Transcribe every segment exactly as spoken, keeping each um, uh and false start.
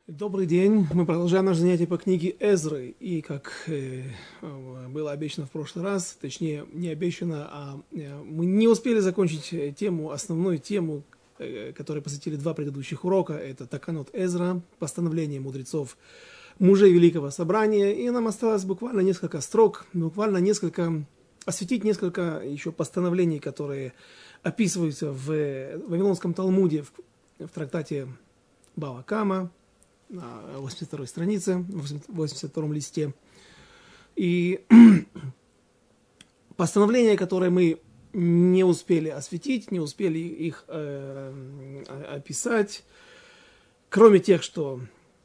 Добрый день. Мы продолжаем наше занятие по книге Эзры. И как э, было обещано в прошлый раз, точнее не обещано, а э, мы не успели закончить тему, основную тему, э, которой посвятили два предыдущих урока. Это Таканот Эзра, постановление мудрецов, мужей Великого Собрания. И нам осталось буквально несколько строк, буквально несколько, осветить несколько еще постановлений, которые описываются в Вавилонском Талмуде, в, в трактате Бава Кама, на восемьдесят второй странице, восемьдесят втором листе. И постановления, которые мы не успели осветить, не успели их э, описать, кроме тех, что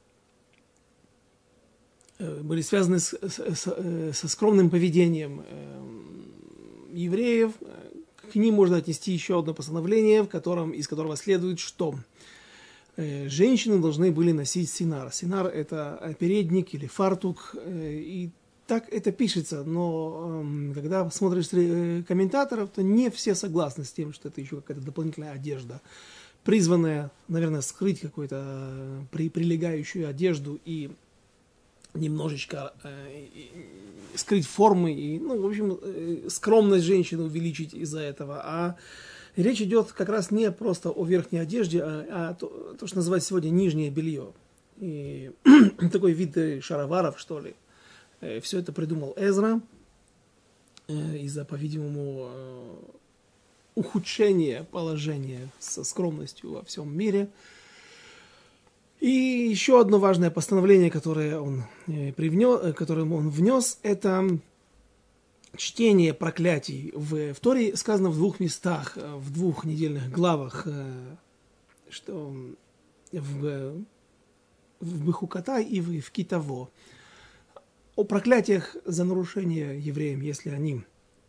были связаны с, с, со скромным поведением э, евреев, к ним можно отнести еще одно постановление, в котором, из которого следует, что женщины должны были носить синар. Синар – это передник или фартук, и так это пишется, но когда смотришь комментаторов, то не все согласны с тем, что это еще какая-то дополнительная одежда, призванная, наверное, скрыть какую-то прилегающую одежду и немножечко скрыть формы, и, ну, в общем, скромность женщины увеличить из-за этого, а речь идет как раз не просто о верхней одежде, а, а то, то, что называется сегодня нижнее белье. И такой вид шароваров, что ли. Все это придумал Эзра из-за, по-видимому, ухудшения положения со скромностью во всем мире. И еще одно важное постановление, которое он, привнес, которое он внес, это чтение проклятий. В, в Торе сказано в двух местах, в двух недельных главах, что в, в Бехукотай и в, в Китаво. О проклятиях за нарушение евреям, если они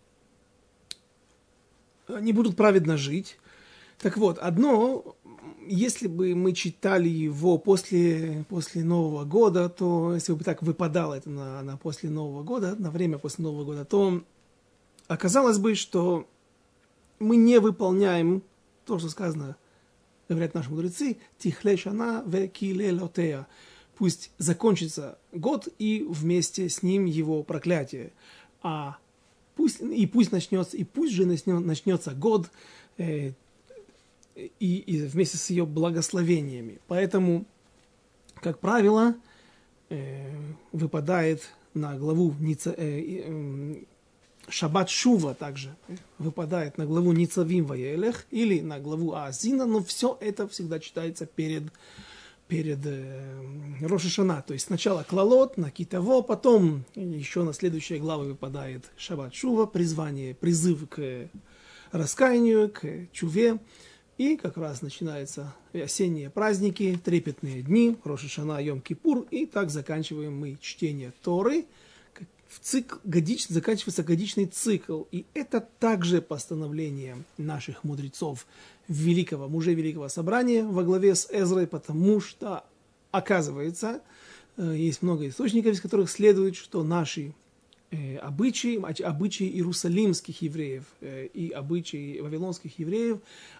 не будут праведно жить. Так вот, одно, если бы мы читали его после, после Нового года, то если бы так выпадало это на, на после Нового года, на время после Нового года, то оказалось бы, что мы не выполняем то, что сказано, говорят наши мудрецы, «Тихле шана ве киле лотея». Пусть закончится год и вместе с ним его проклятие. А пусть, и пусть начнется, и пусть же начнется год, э, И, и вместе с ее благословениями. Поэтому, как правило, э, выпадает на главу Ница, э, э, Шаббат Шува также выпадает на главу Ницавим Ваелех или на главу Аазина, но все это всегда читается перед, перед э, Рош ха-Шана. То есть сначала Клалот, на Китаво, потом еще на следующие главы выпадает Шаббат Шува, призвание, призыв к раскаянию, к чуве. И как раз начинаются осенние праздники, трепетные дни, Рош ха-Шана, Йом-Кипур, и так заканчиваем мы чтение Торы. В цикл, годич, заканчивается годичный цикл, и это также постановление наших мудрецов великого, мужей Великого Собрания во главе с Эзрой, потому что, оказывается, есть много источников, из которых следует, что наши обычаи, обычаи иерусалимских евреев и обычаи вавилонских евреев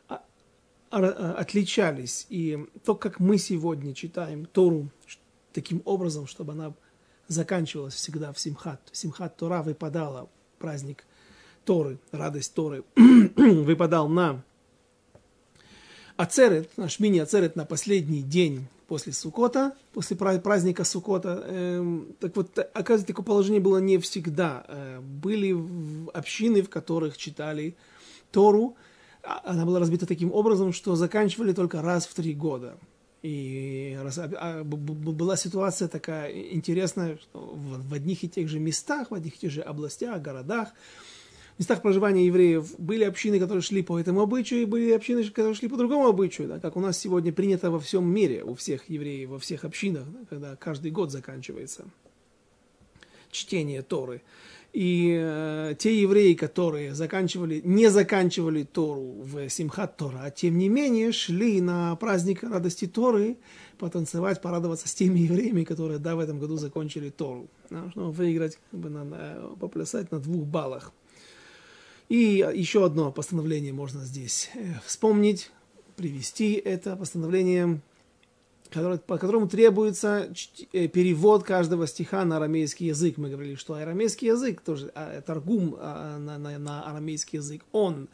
отличались. И то, как мы сегодня читаем Тору таким образом, чтобы она заканчивалась всегда в Симхат. Симхат Тора выпадала, праздник Торы, радость Торы, выпадал на Ацерет, наш мини-Ацерет на последний день после Суккота, после праздника Суккота. Так вот, оказывается, такое положение было не всегда. Были общины, в которых читали Тору. Она была разбита таким образом, что заканчивали только раз в три года. И была ситуация такая интересная, что в одних и тех же местах, в одних и тех же областях, городах, в местах проживания евреев были общины, которые шли по этому обычаю, и были общины, которые шли по другому обычаю, да, как у нас сегодня принято во всем мире, у всех евреев, во всех общинах, да, когда каждый год заканчивается чтение Торы. И э, те евреи, которые заканчивали, не заканчивали Тору в Симхат Тора, а тем не менее шли на праздник радости Торы потанцевать, порадоваться с теми евреями, которые, да, в этом году закончили Тору. Да, чтобы выиграть, как бы, на, на, поплясать на двух баллах. И еще одно постановление можно здесь вспомнить, привести. Это постановление который, по которому требуется перевод каждого стиха на арамейский язык. Мы говорили, что арамейский язык, тоже таргум на, на, на арамейский язык, он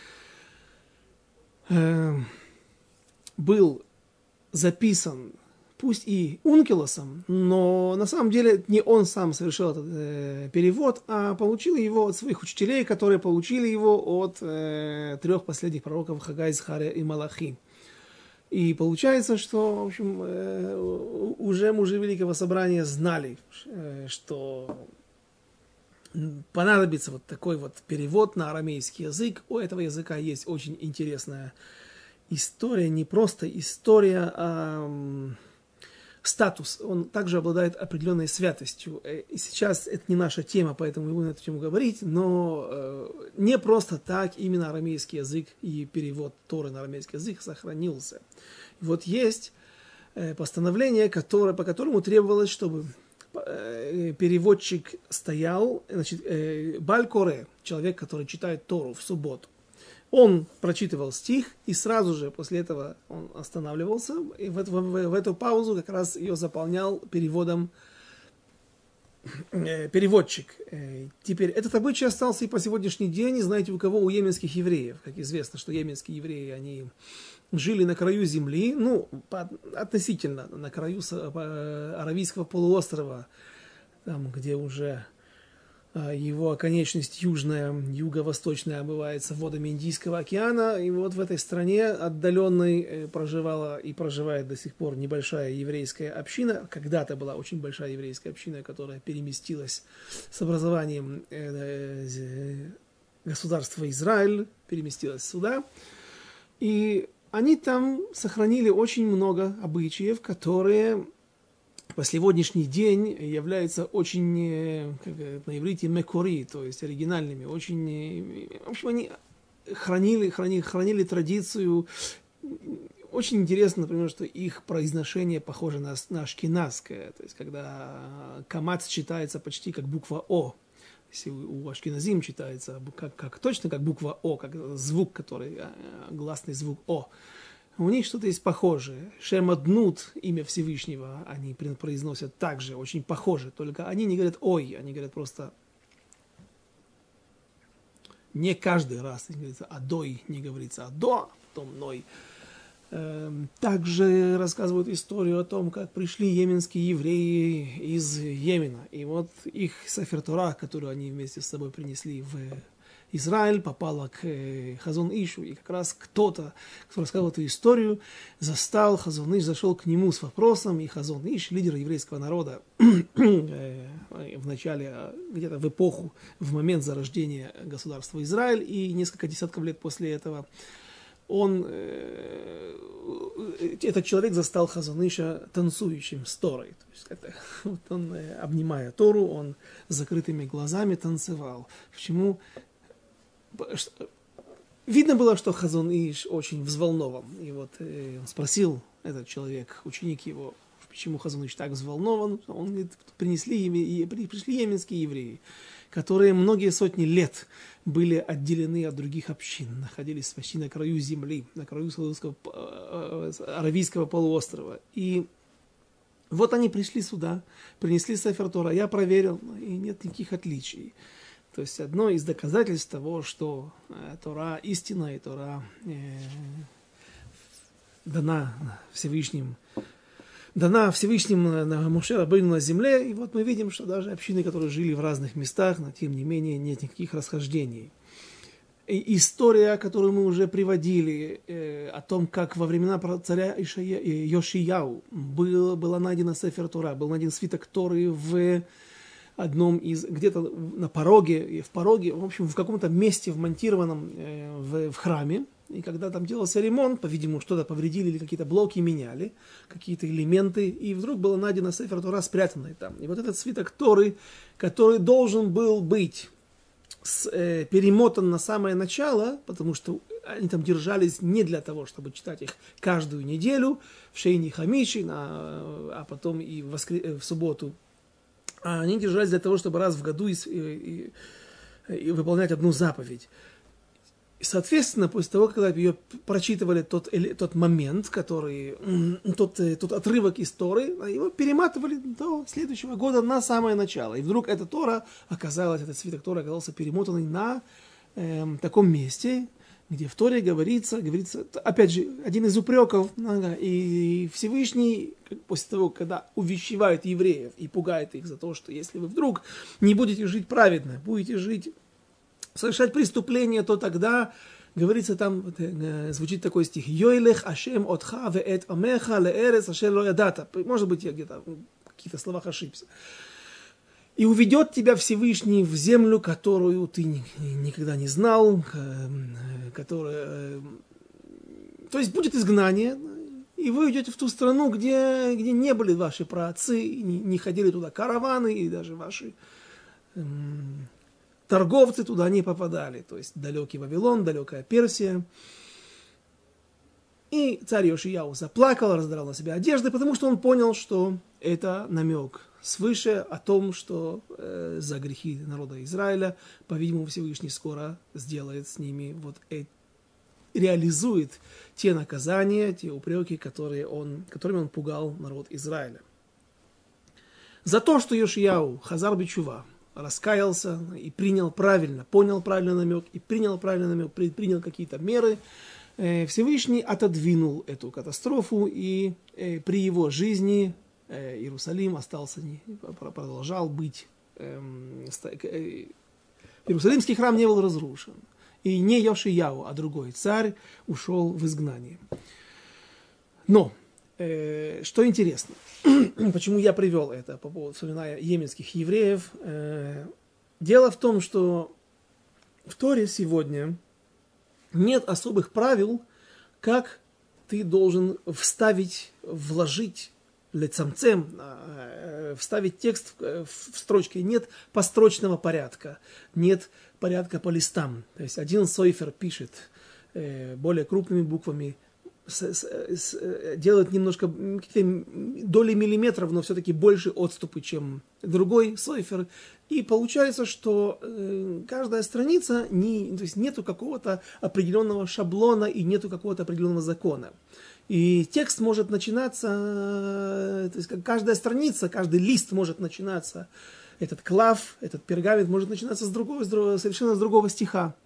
э, был записан, пусть и Ункилосом, но на самом деле не он сам совершил этот э, перевод, а получил его от своих учителей, которые получили его от э, трех последних пророков Хагай, Захария и Малахи. И получается, что, в общем, э, уже мужи Великого Собрания знали, э, что понадобится вот такой вот перевод на арамейский язык. У этого языка есть очень интересная история, не просто история, а статус. Он также обладает определенной святостью. И сейчас это не наша тема, поэтому не будем на эту тему говорить, но э, не просто так именно арамейский язык и перевод Торы на арамейский язык сохранился. И вот есть э, постановление, которое, по которому требовалось, чтобы э, переводчик стоял, значит, э, Баль-Коре, человек, который читает Тору в субботу. Он прочитывал стих, и сразу же после этого он останавливался, и в, в, в, в эту паузу как раз ее заполнял переводом э, переводчик. Э, теперь, этот обычай остался и по сегодняшний день, и знаете, у кого? У йеменских евреев. Как известно, что йеменские евреи, они жили на краю земли, ну, по, относительно на краю по, Аравийского полуострова, там, где уже его оконечность южная, юго-восточная омывается водами Индийского океана. И вот в этой стране отдаленной проживала и проживает до сих пор небольшая еврейская община. Когда-то была очень большая еврейская община, которая переместилась с образованием государства Израиль, переместилась сюда. И они там сохранили очень много обычаев, которые по сегодняшний день являются очень, как на иврите, мекори, то есть оригинальными, очень, в общем, они хранили, хранили, хранили традицию. Очень интересно, например, что их произношение похоже на, на ашкеназское, то есть когда камац читается почти как буква О, если у ашкеназим читается как, как, точно как буква О, как звук, который, гласный звук О. У них что-то есть похожее. Шемаднут, имя Всевышнего, они произносят также, очень похоже. Только они не говорят «ой», они говорят просто не каждый раз. Не говорится «адой», не говорится «адо», потом «ной». Также рассказывают историю о том, как пришли йеменские евреи из Йемена. И вот их Сефер Тора, которую они вместе с собой принесли в Израиль, попала к Хазон Ишу, и как раз кто-то, кто рассказал эту историю, застал Хазон Иш, зашел к нему с вопросом, и Хазон Иш, лидер еврейского народа, в начале, где-то в эпоху, в момент зарождения государства Израиль, и несколько десятков лет после этого, он, этот человек застал Хазон Иша танцующим с Торой. То есть это, вот он, обнимая Тору, он с закрытыми глазами танцевал. Почему? Видно было, что Хазон Иш очень взволнован. И вот э, он спросил, этот человек, ученик его, почему Хазон Иш так взволнован. Он говорит, принесли, и пришли йеменские евреи, которые многие сотни лет были отделены от других общин, находились почти на краю земли, на краю Аравийского полуострова. И вот они пришли сюда, принесли Сефер Тора, я проверил, и нет никаких отличий. То есть одно из доказательств того, что э, Тора истина и Тора э, дана Всевышним, дана Всевышним на Моше Рабейну на земле. И вот мы видим, что даже общины, которые жили в разных местах, но тем не менее нет никаких расхождений. И история, которую мы уже приводили, э, о том, как во времена царя Ишая, Йошияу был, была найдена Сефер Тора, был найден свиток Торы в одном из, где-то на пороге, в пороге, в общем, в каком-то месте вмонтированном э, в, в храме. И когда там делался ремонт, по-видимому, что-то повредили или какие-то блоки меняли, какие-то элементы, и вдруг было найдено Сефер Тора, спрятанный там. И вот этот свиток Торы, который должен был быть с, э, перемотан на самое начало, потому что они там держались не для того, чтобы читать их каждую неделю, в Шейни Хамиши, на, а потом и в, воскр... в субботу. А они держались для того, чтобы раз в году и, и, и выполнять одну заповедь. соответственно, после того, когда ее прочитывали тот, тот момент, который, тот, тот отрывок из Торы, его перематывали до следующего года на самое начало. И вдруг эта Тора оказалась, этот свиток Торы оказался перемотанный на э, таком месте, где в Торе говорится, говорится, опять же, один из упреков, и Всевышний, после того, когда увещевает евреев и пугает их за то, что если вы вдруг не будете жить праведно, будете жить, совершать преступление, то тогда, говорится там, звучит такой стих, «Йойлех Ашем отха веэт амеха леэрес ашер ло ядата». Может быть, я где-то в каких-то словах ошибся. «И уведет тебя Всевышний в землю, которую ты никогда не знал, которая...» То есть будет изгнание, и вы уйдете в ту страну, где, где не были ваши праотцы, не, не ходили туда караваны, и даже ваши эм, торговцы туда не попадали. То есть далекий Вавилон, далекая Персия. И царь Йошияу заплакал, раздрал на себя одежды, потому что он понял, что это намек свыше о том, что э, за грехи народа Израиля, по-видимому, Всевышний скоро сделает с ними, вот, э, реализует те наказания, те упреки, которые он, которыми он пугал народ Израиля. За то, что Йошияу, Хазар Бичува, раскаялся и принял правильно, понял правильный намек, и принял правильный намек, принял какие-то меры, э, Всевышний отодвинул эту катастрофу, и э, при его жизни Иерусалим остался, продолжал быть, эм, э, Иерусалимский храм не был разрушен. И не Йошияу, а другой царь ушел в изгнание. Но, э, что интересно, почему я привел это по поводу, вспоминая йеменских евреев, э, дело в том, что в Торе сегодня нет особых правил, как ты должен вставить, вложить, лецамцем, вставить текст в строчке. Нет построчного порядка, нет порядка по листам. То есть один сойфер пишет более крупными буквами, делает немножко доли миллиметров, но все-таки больше отступы, чем другой сойфер. И получается, что каждая страница, не, то есть нету какого-то определенного шаблона и нету какого-то определенного закона. И текст может начинаться, то есть каждая страница, каждый лист может начинаться, этот клав, этот пергамент может начинаться с другого, с другого, совершенно с другого стиха.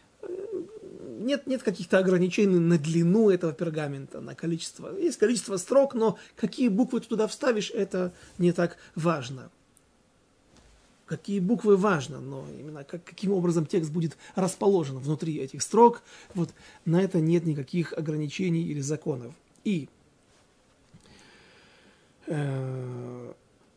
Нет, нет каких-то ограничений на длину этого пергамента, на количество. Есть количество строк, но какие буквы ты туда вставишь, это не так важно. Какие буквы важно, но именно как, каким образом текст будет расположен внутри этих строк, вот на это нет никаких ограничений или законов. И э,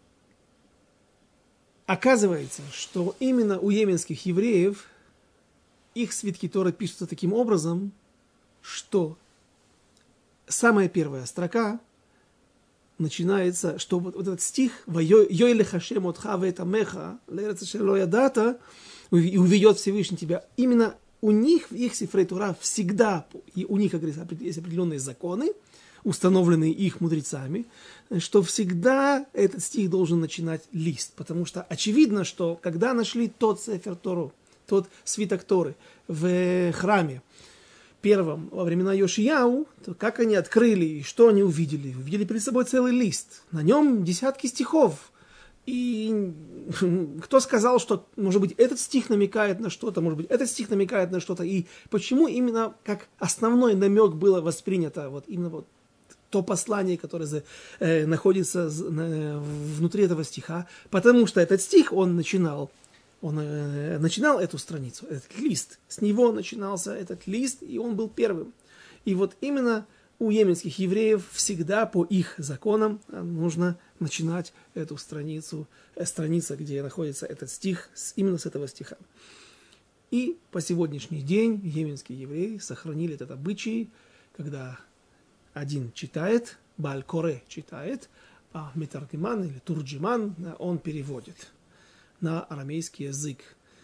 оказывается, что именно у йеменских евреев их свитки Торы пишутся таким образом, что самая первая строка начинается, что вот, вот этот стих «Йойлех Ашем отха веэт амеха леэрец ашер ло ядата» и уведет Всевышний тебя. Именно у них, в их сифрей Тора всегда, и у них, как говорится, есть определенные законы, установленные их мудрецами, что всегда этот стих должен начинать лист. Потому что очевидно, что когда нашли тот сефер Тору, тот свиток Торы в храме, первом, во времена Йошияу, то как они открыли и что они увидели? Увидели перед собой целый лист. На нем десятки стихов. И кто сказал, что, может быть, этот стих намекает на что-то, может быть, этот стих намекает на что-то. И почему именно как основной намек было воспринято вот именно вот то послание, которое э, находится э, внутри этого стиха? Потому что этот стих, он начинал Он э, начинал эту страницу, этот лист. С него начинался этот лист, и он был первым. И вот именно у йеменских евреев всегда по их законам нужно начинать эту страницу, э, страница, где находится этот стих, с, именно с этого стиха. И по сегодняшний день йеменские евреи сохранили этот обычай, когда один читает, Бааль-Коре читает, а Метаргиман или Турджиман, он переводит на арамейский язык.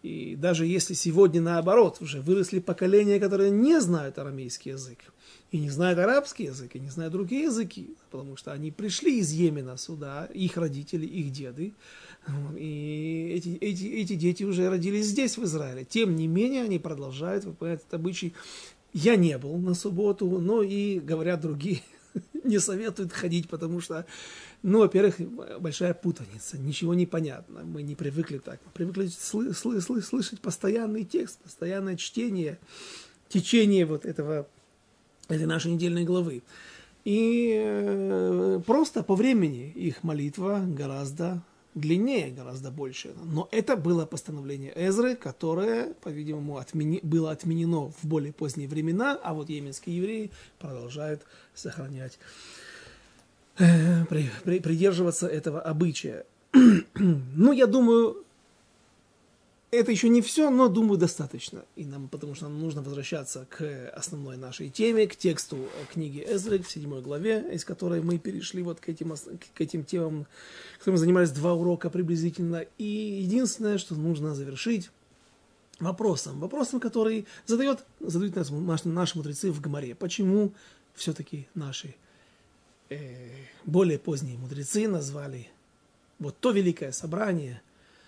И даже если сегодня наоборот, уже выросли поколения, которые не знают арамейский язык, и не знают арабский язык, и не знают другие языки, потому что они пришли из Йемена сюда, их родители, их деды, и эти, эти, эти дети уже родились здесь, в Израиле. Тем не менее, они продолжают выполнять этот обычай. Я не был на субботу, но и, говорят другие, не советуют ходить, потому что, ну, во-первых, большая путаница, ничего не понятно, мы не привыкли так, мы привыкли сл- сл- сл- слышать постоянный текст, постоянное чтение, течение вот этого, этой нашей недельной главы. И э, просто по времени их молитва гораздо длиннее, гораздо больше. Но это было постановление Эзры, которое, по-видимому, отмени, было отменено в более поздние времена, а вот йеменские евреи продолжают сохранять, э, при, при, придерживаться этого обычая. Ну, я думаю, это еще не все, но, думаю, достаточно. И нам, потому что нам нужно возвращаться к основной нашей теме, к тексту книги Эзры, в седьмой главе, из которой мы перешли вот к этим, к этим темам, которыми занимались два урока приблизительно. И единственное, что нужно завершить вопросом. Вопросом, который задает, задают нас, наши, наши мудрецы в Гемаре. Почему все-таки наши э, более поздние мудрецы назвали вот то великое собрание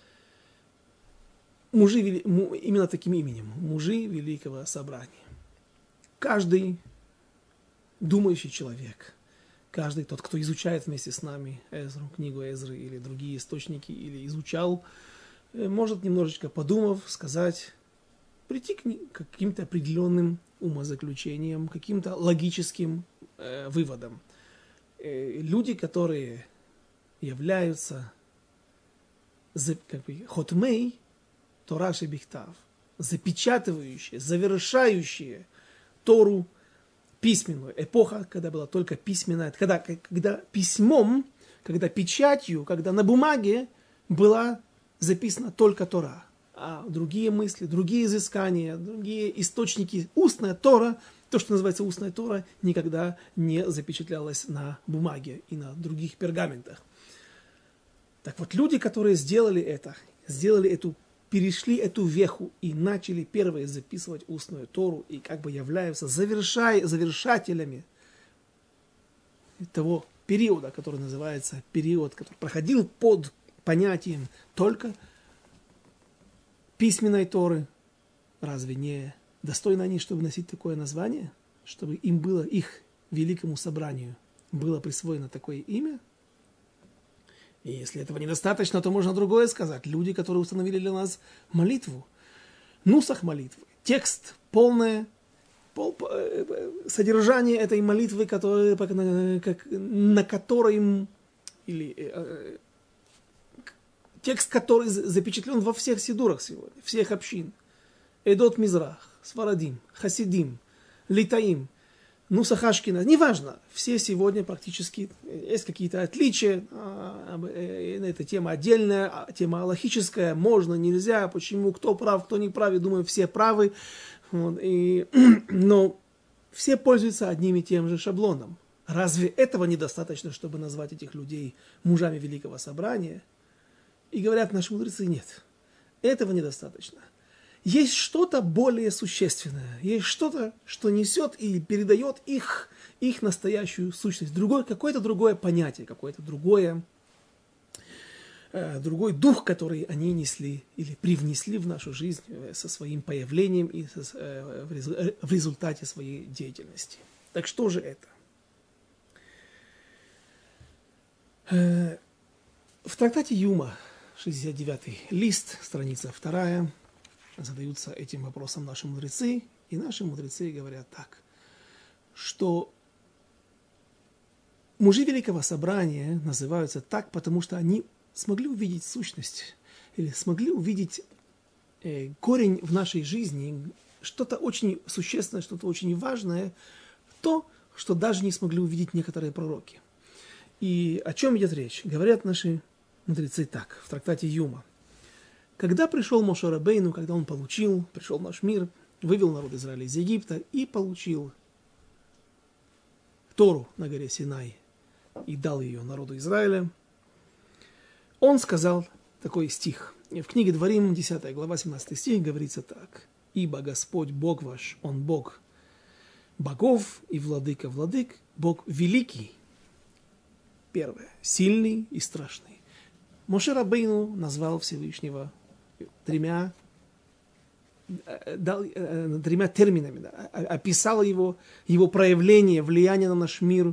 мужи, именно таким именем, мужи Великого Собрания. Каждый думающий человек, каждый тот, кто изучает вместе с нами Эзру, книгу Эзры или другие источники, или изучал, может немножечко подумав, сказать, прийти к каким-то определенным умозаключениям, каким-то логическим э, выводам. Э, люди, которые являются как бы, хотмей, Тора шебихтав, запечатывающие, завершающие Тору письменную. Эпоха, когда была только письменная, когда, когда письмом, когда печатью, когда на бумаге была записана только Тора. А другие мысли, другие изыскания, другие источники, устная Тора, то, что называется устная Тора, никогда не запечатлялась на бумаге и на других пергаментах. Так вот, люди, которые сделали это, сделали эту перешли эту веху и начали первые записывать устную Тору и как бы являются завершай, завершателями того периода, который называется период, который проходил под понятием только письменной Торы. Разве не достойны они, чтобы носить такое название? Чтобы им было, их великому собранию было присвоено такое имя? И если этого недостаточно, то можно другое сказать. Люди, которые установили для нас молитву, нусах молитвы, текст, полное пол, содержание этой молитвы, которая, как, на которой, или э, текст, который запечатлен во всех сидурах сегодня, всех общин. Эдот Мизрах, Сфарадим, Хасидим, Литаим, Нусах Ашкеназ, неважно, все сегодня практически, есть какие-то отличия, это тема отдельная, тема алахическая, можно, нельзя, почему, кто прав, кто не прав, я думаю, все правы, вот, и, но все пользуются одним и тем же шаблоном. Разве этого недостаточно, чтобы назвать этих людей мужами Великого Собрания? И говорят наши мудрецы, нет, этого недостаточно. Есть что-то более существенное, есть что-то, что несет и передает их, их настоящую сущность, другое, какое-то другое понятие, какое-то другое, э, другой дух, который они несли или привнесли в нашу жизнь э, со своим появлением и со, э, в, резу, э, в результате своей деятельности. Так что же это? Э, в трактате Юма, шестьдесят девятый лист, страница вторая, задаются этим вопросом наши мудрецы, и наши мудрецы говорят так, что мужи Великого Собрания называются так, потому что они смогли увидеть сущность, или смогли увидеть э, корень в нашей жизни, что-то очень существенное, что-то очень важное, то, что даже не смогли увидеть некоторые пророки. И о чем идет речь? Говорят наши мудрецы так, в трактате Юма. Когда пришел Моше Рабейну, когда он получил, пришел в наш мир, вывел народ Израиля из Египта и получил Тору на горе Синай и дал ее народу Израиля, он сказал такой стих: В книге Дворим, десятая глава, семнадцатый стих, говорится так. «Ибо Господь Бог ваш, Он Бог богов и владыка владык, Бог великий». Первое. Сильный и страшный. Моше Рабейну назвал Всевышнего тремя, дал, тремя терминами, да, описал его, его проявление, влияние на наш мир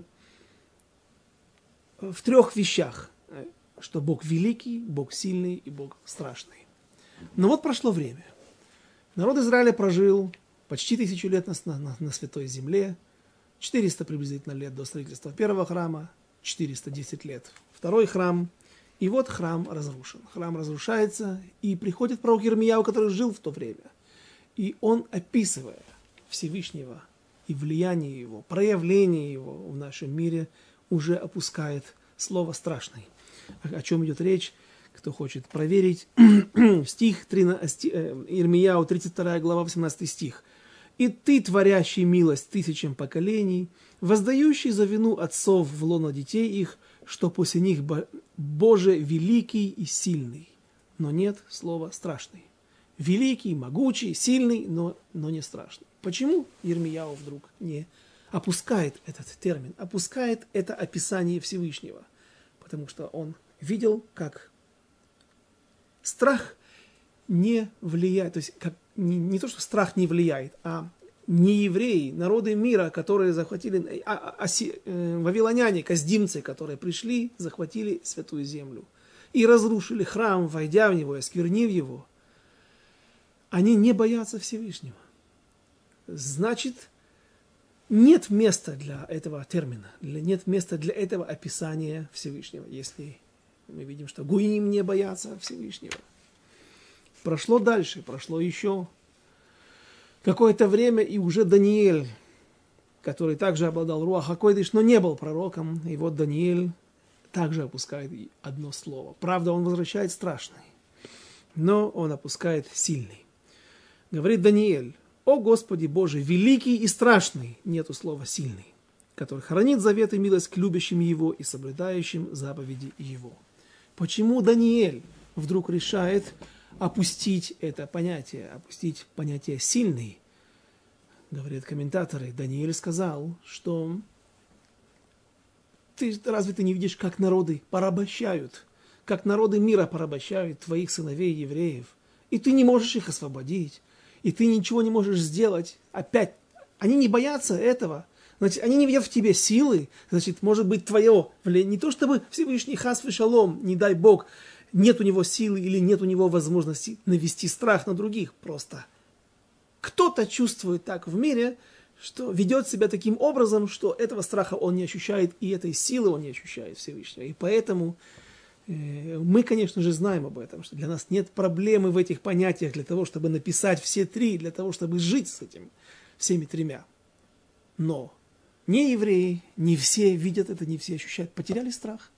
в трех вещах, что Бог великий, Бог сильный и Бог страшный. Но вот прошло время. Народ Израиля прожил почти тысячу лет на, на, на Святой Земле, четыреста приблизительно лет до строительства первого храма, четыреста десять лет второй храм, и вот храм разрушен. Храм разрушается, и приходит пророк Ирмияу, который жил в то время. И он, описывая Всевышнего и влияние его, проявление его в нашем мире, уже опускает слово «страшный». О чем идет речь, кто хочет проверить. Стих Ирмияу, тридцать вторая глава, восемнадцатый стих. «И ты, творящий милость тысячам поколений, воздающий за вину отцов в лоно детей их, что после них Боже великий и сильный». Но нет слова «страшный». Великий, могучий, сильный, но, но не страшный. Почему Ирмияу вдруг не опускает этот термин, опускает это описание Всевышнего? Потому что он видел, как страх не влияет, то есть как, не, не то, что страх не влияет, а не евреи, народы мира, которые захватили, а, а, а, э, вавилоняне, каздимцы, которые пришли, захватили Святую Землю и разрушили храм, войдя в него, осквернив его, они не боятся Всевышнего. Значит, нет места для этого термина, нет места для этого описания Всевышнего, если мы видим, что гуим не боятся Всевышнего. Прошло дальше, прошло еще какое-то время, и уже Даниэль, который также обладал руах ха-койдыш, но не был пророком, и вот Даниэль также опускает одно слово. Правда, он возвращает страшный, но он опускает сильный. Говорит Даниэль: «О Господи Боже, великий и страшный», нету слова «сильный», который хранит завет и милость к любящим Его и соблюдающим заповеди Его. Почему Даниэль вдруг решает опустить это понятие, опустить понятие «сильный»? Говорят комментаторы, Даниэль сказал, что ты, разве ты не видишь, как народы порабощают, как народы мира порабощают твоих сыновей евреев, и ты не можешь их освободить, и ты ничего не можешь сделать. Опять, они не боятся этого, значит, они не видят в тебе силы, значит, может быть, твое влияние, не то чтобы Всевышний хас вешалом, не дай Бог, нет у него силы или нет у него возможности навести страх на других, просто кто-то чувствует так в мире, что ведет себя таким образом, что этого страха он не ощущает, и этой силы он не ощущает Всевышнего. И поэтому э, мы, конечно же, знаем об этом, что для нас нет проблемы в этих понятиях для того, чтобы написать все три, для того, чтобы жить с этим, всеми тремя. Но не евреи, не все видят это, не все ощущают, потеряли страх.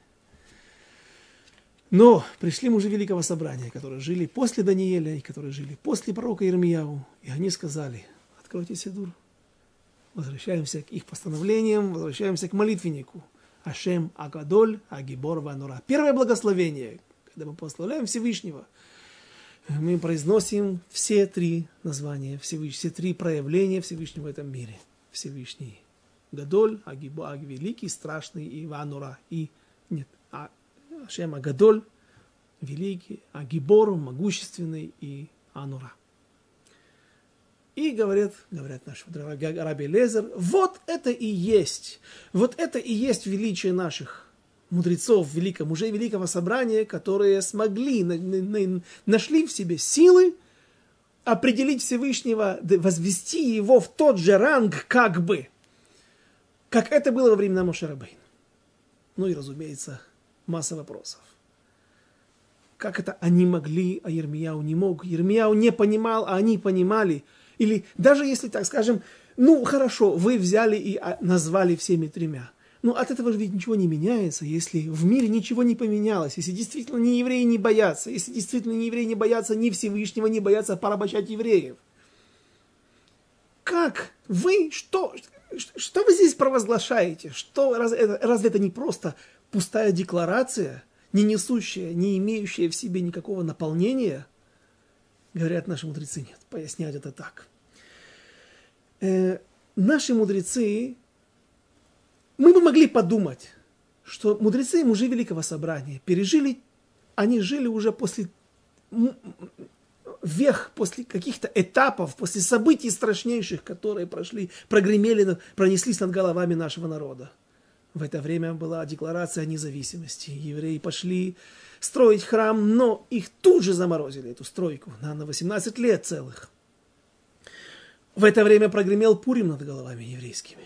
Но пришли мужи Великого Собрания, которые жили после Даниэля и которые жили после пророка Ирмияу, и они сказали: откройте Сидур, возвращаемся к их постановлениям, возвращаемся к молитвеннику. Ашем Агадоль Агибор Ванура. Первое благословение, когда мы прославляем Всевышнего, мы произносим все три названия Всевышнего, все три проявления Всевышнего в этом мире. Всевышний Гадоль, Агибор, Аг великий, страшный, и Ванура. И нет, а Ашем Агадоль, великий, Агибор, могущественный, и Анура. И говорят, говорят наши Раби Элиэзер, вот это и есть, вот это и есть величие наших мудрецов, великих, мужей Великого Собрания, которые смогли, на, на, нашли в себе силы определить Всевышнего, возвести его в тот же ранг, как бы, как это было во времена Моше Рабейну. Ну и, разумеется, масса вопросов. Как это они могли, а Ирмияу не мог? Ирмияу не понимал, а они понимали. Или даже если, так скажем, ну хорошо, вы взяли и назвали всеми тремя. Ну от этого же ведь ничего не меняется, если в мире ничего не поменялось, если действительно не евреи не боятся, если действительно не евреи не боятся ни Всевышнего, не боятся порабощать евреев. Как вы, что, что вы здесь провозглашаете? Что, разве, это, разве это не просто пустая декларация? не несущее, не имеющее в себе никакого наполнения, говорят наши мудрецы, нет, поясняют это так. Э, наши мудрецы, мы бы могли подумать, что мудрецы и мужи Великого Собрания пережили, они жили уже после вех, после каких-то этапов, после событий страшнейших, которые прошли, прогремели, пронеслись над головами нашего народа. В это время была декларация о независимости. Евреи пошли строить храм, но их тут же заморозили, эту стройку, на, на восемнадцать лет целых. В это время прогремел Пурим над головами еврейскими.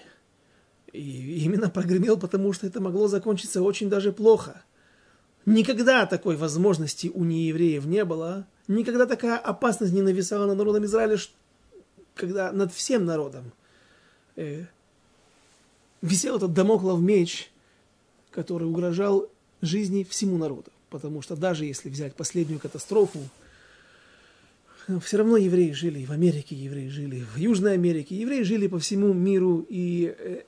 И именно прогремел, потому что это могло закончиться очень даже плохо. Никогда такой возможности у неевреев не было. Никогда такая опасность не нависала над народом Израиля, когда над всем народом э, висел этот дамоклов меч, который угрожал жизни всему народу. Потому что даже если взять последнюю катастрофу, все равно евреи жили и в Америке, евреи жили в Южной Америке, евреи жили по всему миру, и э,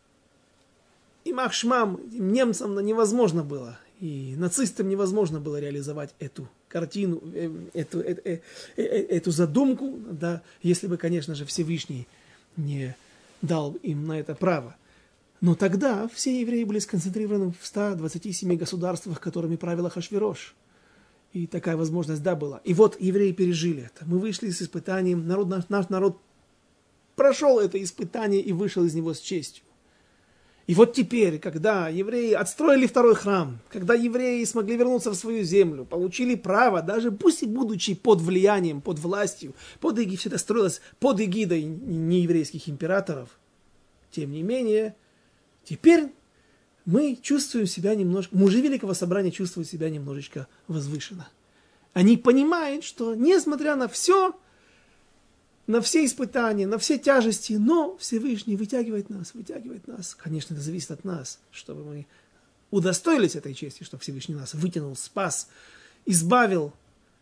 им ахшмам, немцам невозможно было, и нацистам невозможно было реализовать эту картину, э, эту, э, э, э, эту задумку, да, если бы, конечно же, Всевышний не дал им на это право. Но тогда все евреи были сконцентрированы в ста двадцати семи государствах, которыми правил Ахашвирош. И такая возможность, да, была. И вот евреи пережили это. Мы вышли с испытанием, народ, наш, наш народ прошел это испытание и вышел из него с честью. И вот теперь, когда евреи отстроили второй храм, когда евреи смогли вернуться в свою землю, получили право, даже пусть и будучи под влиянием, под властью, под эгидой, все это строилось под эгидой нееврейских императоров, тем не менее, теперь мы чувствуем себя немножко, мужи Великого Собрания чувствуют себя немножечко возвышенно. Они понимают, что несмотря на все, на все испытания, на все тяжести, но Всевышний вытягивает нас, вытягивает нас. Конечно, это зависит от нас, чтобы мы удостоились этой чести, чтобы Всевышний нас вытянул, спас, избавил.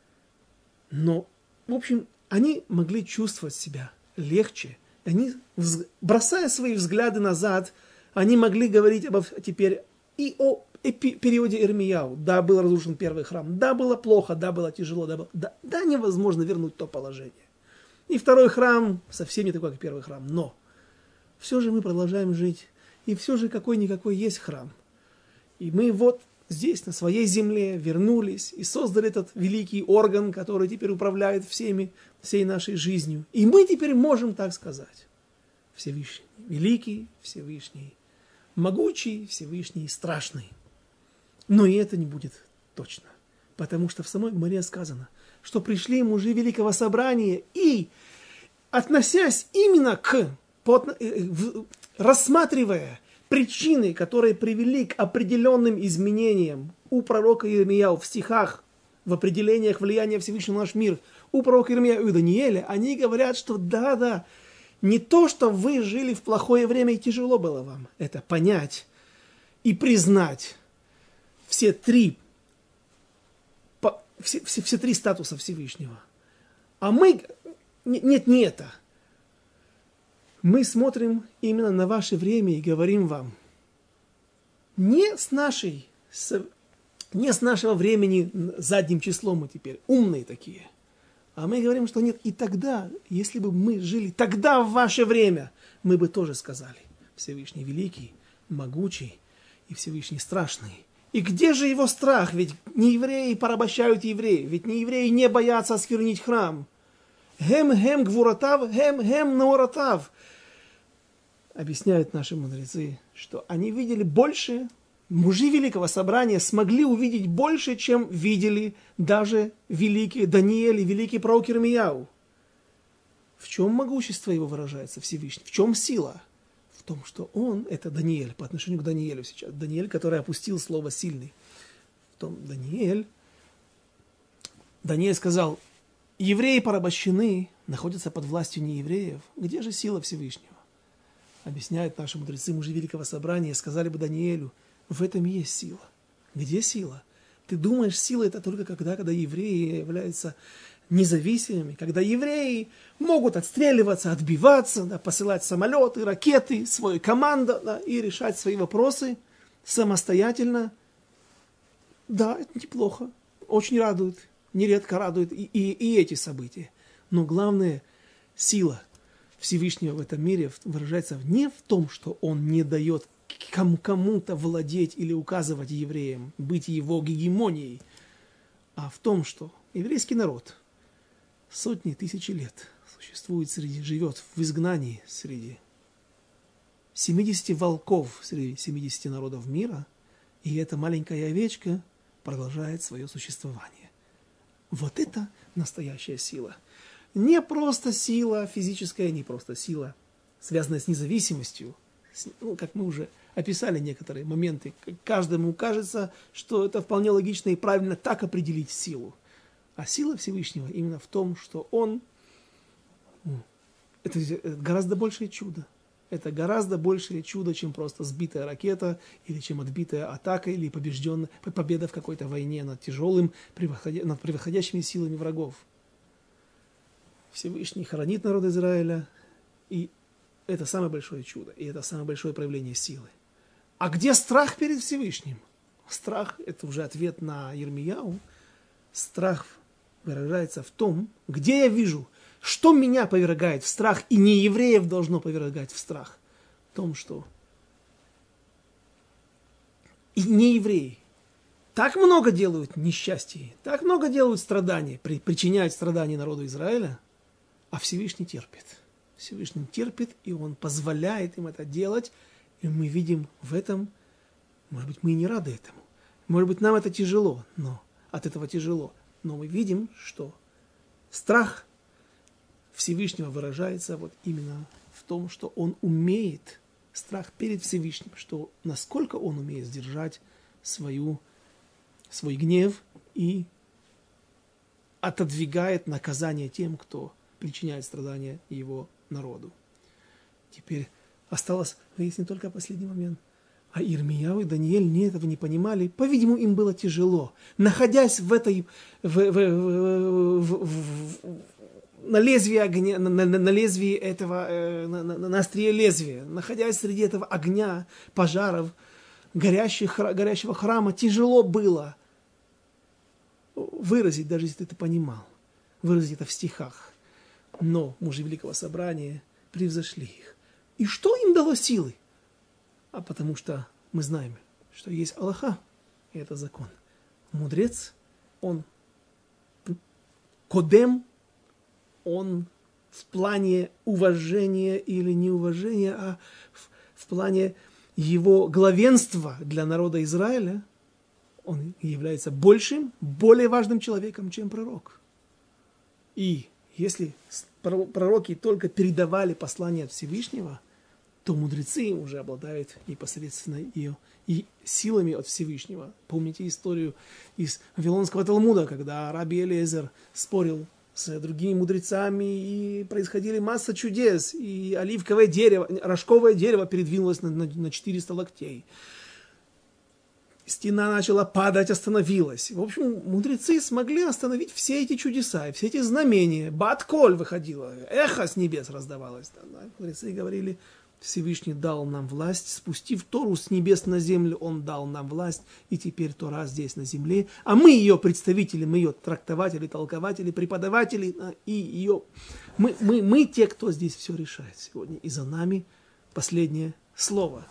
Но, в общем, они могли чувствовать себя легче. Они, бросая свои взгляды назад, они могли говорить обо, теперь и о эпи, периоде Ирмияу. Да, был разрушен первый храм, да, было плохо, да, было тяжело, да, было, да, да, невозможно вернуть то положение. И второй храм совсем не такой, как первый храм. Но все же мы продолжаем жить. И все же какой-никакой есть храм. И мы вот здесь, на своей земле, вернулись и создали этот великий орган, который теперь управляет всеми, всей нашей жизнью. И мы теперь можем так сказать. Всевышний великий, Всевышний могучий, Всевышний страшный. Но и это не будет точно. Потому что в самой Гмаре сказано, что пришли мужи Великого Собрания и, относясь именно к, под, в, рассматривая причины, которые привели к определенным изменениям у пророка Иеремияу в стихах, в определениях влияния Всевышнего на наш мир, у пророка Иеремияу и Даниэля, они говорят, что да-да, не то, что вы жили в плохое время и тяжело было вам это понять и признать все три Все, все, все три статуса Всевышнего. А мы, нет, не это. Мы смотрим именно на ваше время и говорим вам, не с нашей, с, не с нашего времени задним числом мы теперь, умные такие. А мы говорим, что нет, и тогда, если бы мы жили тогда в ваше время, мы бы тоже сказали, Всевышний великий, могучий и Всевышний страшный. И где же его страх? Ведь не евреи порабощают евреев, ведь не евреи не боятся осквернить храм. Хем-хем гвуратав, хем-хем наоратав. Объясняют наши мудрецы, что они видели больше, мужи Великого Собрания смогли увидеть больше, чем видели даже великий Даниэль и великий пророк Ирмияу. В чем могущество его выражается Всевышний? В чем сила? В том, что он, это Даниэль, по отношению к Даниэлю сейчас, Даниэль, который опустил слово «сильный». В том, Даниэль, Даниэль сказал, евреи порабощены, находятся под властью неевреев. Где же сила Всевышнего? Объясняют наши мудрецы, мужи Великого Собрания, сказали бы Даниэлю, в этом есть сила. Где сила? Ты думаешь, сила это только когда, когда евреи являются независимыми, когда евреи могут отстреливаться, отбиваться, да, посылать самолеты, ракеты, свою команду, да, и решать свои вопросы самостоятельно. Да, это неплохо, очень радует, нередко радует и, и, и эти события. Но главное, сила Всевышнего в этом мире выражается не в том, что он не дает кому- кому-то владеть или указывать евреям, быть его гегемонией, а в том, что еврейский народ сотни, тысячи лет существует среди, живет в изгнании среди семидесяти волков, среди семидесяти народов мира, и эта маленькая овечка продолжает свое существование. Вот это настоящая сила. Не просто сила физическая, не просто сила, связанная с независимостью. Ну, как мы уже описали некоторые моменты. Каждому кажется, что это вполне логично и правильно так определить силу. А сила Всевышнего именно в том, что Он... Это гораздо большее чудо. Это гораздо большее чудо, чем просто сбитая ракета, или чем отбитая атака, или побежденная, победа в какой-то войне над тяжелым, над превосходящими силами врагов. Всевышний хранит народ Израиля, и это самое большое чудо, и это самое большое проявление силы. А где страх перед Всевышним? Страх – это уже ответ на Йирмияу. Страх выражается в том, где я вижу, что меня повергает в страх, и не евреев должно повергать в страх. В том, что и не евреи так много делают несчастий, так много делают страданий, при, причиняют страдания народу Израиля, а Всевышний терпит. Всевышний терпит, и Он позволяет им это делать, и мы видим в этом, может быть, мы и не рады этому. Может быть, нам это тяжело, но от этого тяжело. Но мы видим, что страх Всевышнего выражается вот именно в том, что Он умеет, страх перед Всевышним, что насколько Он умеет сдержать свою, свой гнев и отодвигает наказание тем, кто причиняет страдания его народу. Теперь осталось выяснить только последний момент. А Йирмияу и Даниэль не этого не понимали. По-видимому, им было тяжело. Находясь в этой, в, в, в, в, в, на лезвии огня, на, на, на лезвии этого, э, на, на, на острие лезвия, находясь среди этого огня, пожаров, горящих, горящего храма, тяжело было выразить, даже если ты это понимал, выразить это в стихах. Но мужи Великого Собрания превзошли их. И что им дало силы? А потому что мы знаем, что есть Аллаха, и это закон. Мудрец, он кодем, он в плане уважения или неуважения, а в, в плане его главенства для народа Израиля, он является большим, более важным человеком, чем пророк. И если пророки только передавали послание от Всевышнего, то мудрецы уже обладают непосредственно ее и силами от Всевышнего. Помните историю из Вавилонского Талмуда, когда раби Элиэзер спорил с другими мудрецами, и происходили масса чудес, и оливковое дерево, рожковое дерево передвинулось на, на, на четыреста локтей. Стена начала падать, остановилась. В общем, мудрецы смогли остановить все эти чудеса, и все эти знамения. Бат-коль выходила, эхо с небес раздавалось. Да, мудрецы говорили: Всевышний дал нам власть, спустив Тору с небес на землю, Он дал нам власть, и теперь Тора здесь на земле, а мы ее представители, мы ее трактователи, толкователи, преподаватели, и ее... Мы, мы, мы те, кто здесь все решает сегодня, и за нами последнее слово.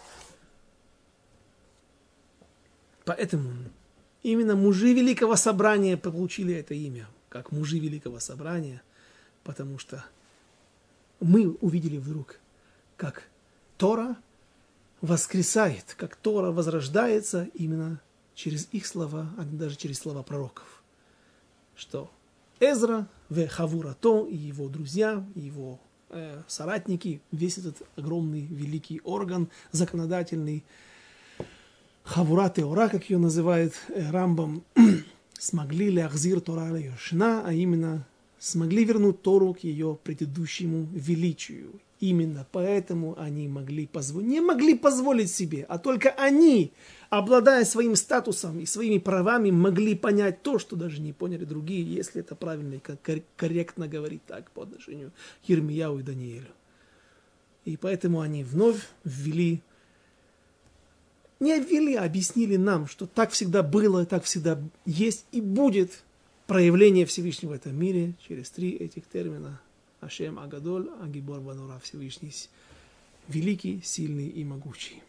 Поэтому именно мужи Великого Собрания получили это имя, как мужи Великого Собрания, потому что мы увидели вдруг, как Тора воскресает, как Тора возрождается именно через их слова, а даже через слова пророков. Что Эзра, ве Хавурато и его друзья, и его э, соратники, весь этот огромный великий орган законодательный, Хавура Теора, как ее называет э, Рамбам, смогли ляхзир Тора лейошна, а именно смогли вернуть Тору к ее предыдущему величию. Именно поэтому они могли позволить, не могли позволить себе, а только они, обладая своим статусом и своими правами, могли понять то, что даже не поняли другие, если это правильно и корректно говорить так по отношению к Йирмияу и Даниэлю. И поэтому они вновь ввели не обвели, а объяснили нам, что так всегда было, так всегда есть и будет проявление Всевышнего в этом мире через три этих термина. Ашем Агадоль, Агибор Ванура, Всевышний, великий, сильный и могучий.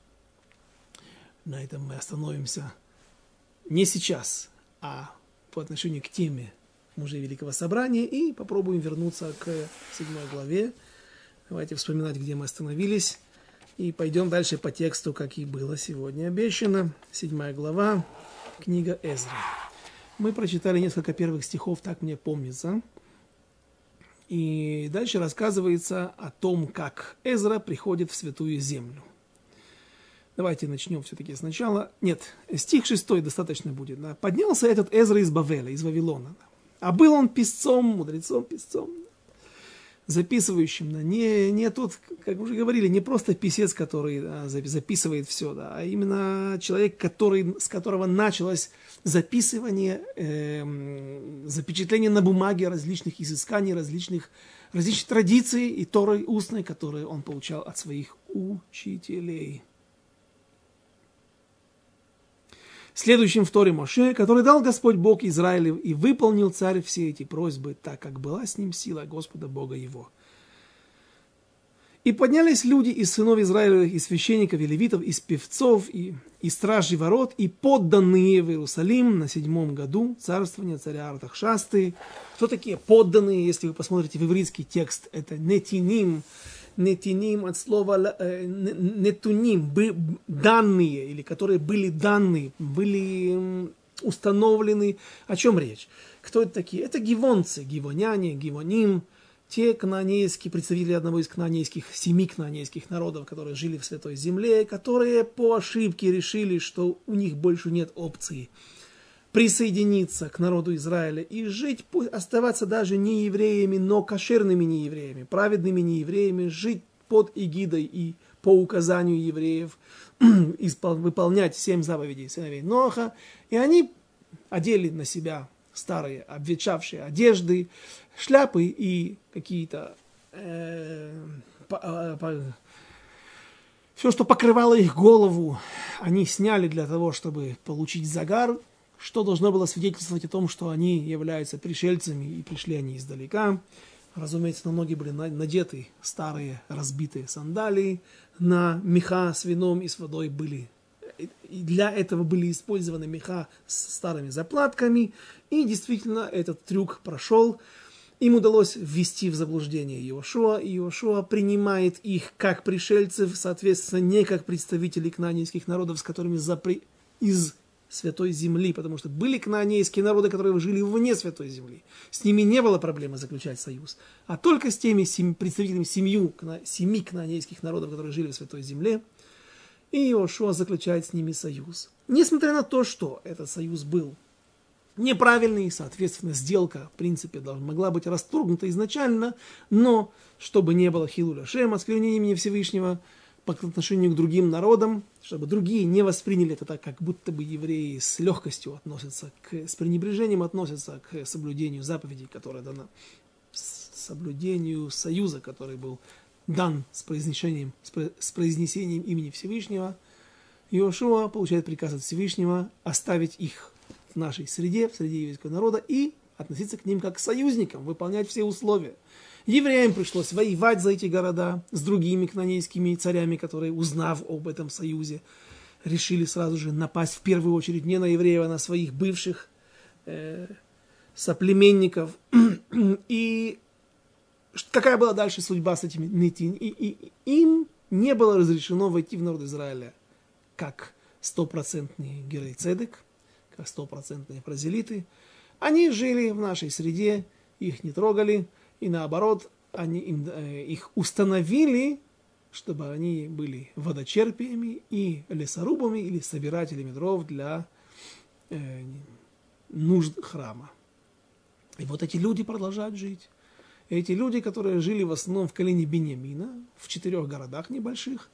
На этом мы остановимся не сейчас, а по отношению к теме мужей Великого Собрания и попробуем вернуться к седьмой главе. Давайте вспоминать, где мы остановились. И пойдем дальше по тексту, как и было сегодня обещано. Седьмая глава, книга Эзры. Мы прочитали несколько первых стихов, так мне помнится. И дальше рассказывается о том, как Эзра приходит в Святую Землю. Давайте начнем все-таки сначала. Нет, стих шестой достаточно будет. Да. Поднялся этот Эзра из Бавеля, из Вавилона. А был он писцом, мудрецом, писцом. Записывающим, да, не, не тот, как уже говорили, не просто писец, который да, записывает все, да, а именно человек, который, с которого началось записывание, э, запечатление на бумаге различных изысканий, различных, различных традиций и Торы устной, которые он получал от своих учителей. Следующим в Торе Моше, который дал Господь Бог Израилев, и выполнил царь все эти просьбы, так как была с ним сила Господа Бога его. И поднялись люди из сынов Израилевых, и священников, и левитов, из певцов, и, и стражей ворот, и подданные в Иерусалим на седьмом году царствования царя Артахшасты. Кто такие подданные, если вы посмотрите в ивритский текст, это нетиним, нетиним от слова э, нетуним, данные, или которые были данные, были установлены. О чем речь? Кто это такие? Это гивонцы, гивоняне, гивоним, те кнаанейские, представители одного из кнаанейских, семи кнаанейских народов, которые жили в Святой Земле, которые по ошибке решили, что у них больше нет опции присоединиться к народу Израиля и жить, оставаться даже не евреями, но кошерными неевреями, праведными неевреями, жить под эгидой и по указанию евреев, выполнять семь заповедей сыновей Ноаха. И они одели на себя старые обветшавшие одежды, шляпы и какие-то э, по, по, все, что покрывало их голову, они сняли для того, чтобы получить загар, что должно было свидетельствовать о том, что они являются пришельцами, и пришли они издалека. Разумеется, на ноги были надеты старые разбитые сандалии, на меха с вином и с водой были. И для этого были использованы меха с старыми заплатками, и действительно этот трюк прошел. Им удалось ввести в заблуждение Иошуа, и Иошуа принимает их как пришельцев, соответственно, не как представителей кнаанейских народов, с которыми запри... из Святой Земли, потому что были кнаанейские народы, которые жили вне Святой Земли. С ними не было проблемы заключать союз, а только с теми сем... представителями семью, семи кнаанейских народов, которые жили в Святой Земле, и Иошуа заключает с ними союз. Несмотря на то, что этот союз был неправильный, соответственно, сделка, в принципе, могла быть расторгнута изначально, но чтобы не было хилуля шема, осквернения имени Всевышнего по отношению к другим народам, чтобы другие не восприняли это так, как будто бы евреи с легкостью относятся, к, с пренебрежением относятся к соблюдению заповедей, которая дана, соблюдению союза, который был дан с произнесением, с произнесением имени Всевышнего. Иошуа получает приказ от Всевышнего оставить их в нашей среде, в среде еврейского народа, и относиться к ним как к союзникам, выполнять все условия. Евреям пришлось воевать за эти города с другими кнаанейскими царями, которые, узнав об этом союзе, решили сразу же напасть в первую очередь не на евреев, а на своих бывших э, соплеменников. И какая была дальше судьба с этими нитин? И, и, им не было разрешено войти в народ Израиля как стопроцентный герой-цедек, как стопроцентные прозелиты. Они жили в нашей среде, их не трогали, и наоборот, они, им, э, их установили, чтобы они были водочерпиями и лесорубами или собирателями дров для э, нужд храма. И вот эти люди продолжают жить. Эти люди, которые жили в основном в колене Биньямина, в четырех городах небольших,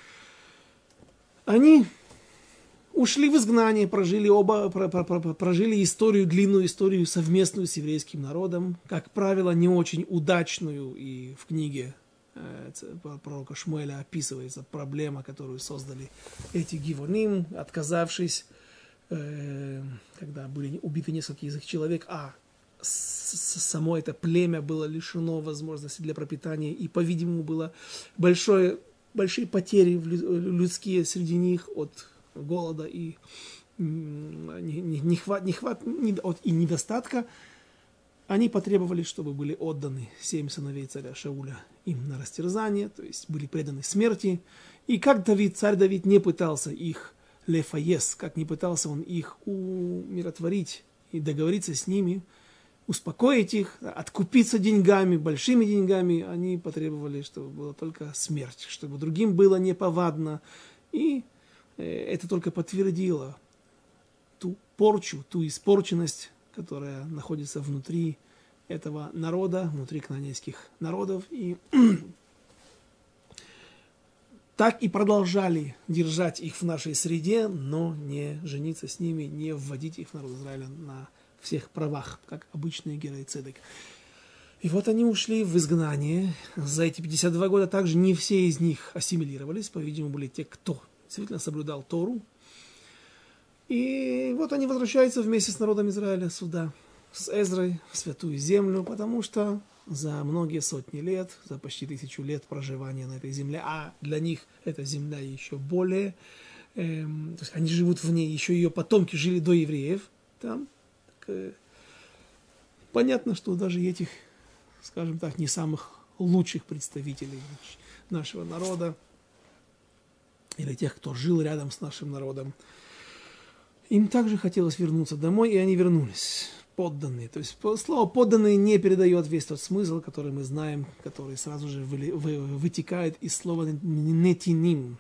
они ушли в изгнание, прожили, оба, про, про, про, прожили историю, длинную историю совместную с еврейским народом, как правило, не очень удачную, и в книге пророка Шмуэля описывается проблема, которую создали эти гивоним, отказавшись, когда были убиты несколько из их человек, а само это племя было лишено возможности для пропитания, и, по-видимому, было большое, большие потери людские среди них от голода и нехват, нехват, от, и недостатка. Они потребовали, чтобы были отданы семь сыновей царя Шауля им на растерзание, то есть были преданы смерти. И как Давид, царь Давид не пытался их лефаес, как не пытался он их умиротворить и договориться с ними, успокоить их, откупиться деньгами, большими деньгами, они потребовали, чтобы была только смерть, чтобы другим было неповадно. И это только подтвердило ту порчу, ту испорченность, которая находится внутри этого народа, внутри кнаанейских народов. И так и продолжали держать их в нашей среде, но не жениться с ними, не вводить их в народ Израиля на всех правах, как обычные герои цедек. И вот они ушли в изгнание. За эти пятьдесят два года также не все из них ассимилировались, по-видимому, были те, кто действительно соблюдал Тору. И вот они возвращаются вместе с народом Израиля сюда, с Эзрой, в Святую Землю, потому что за многие сотни лет, за почти тысячу лет проживания на этой земле, а для них эта земля еще более, эм, то есть они живут в ней, еще ее потомки жили до евреев там. Так, э, понятно, что даже этих, скажем так, не самых лучших представителей нашего народа, или тех, кто жил рядом с нашим народом, им также хотелось вернуться домой, и они вернулись, подданные. То есть слово «подданные» не передает весь тот смысл, который мы знаем, который сразу же вытекает из слова «нетиним».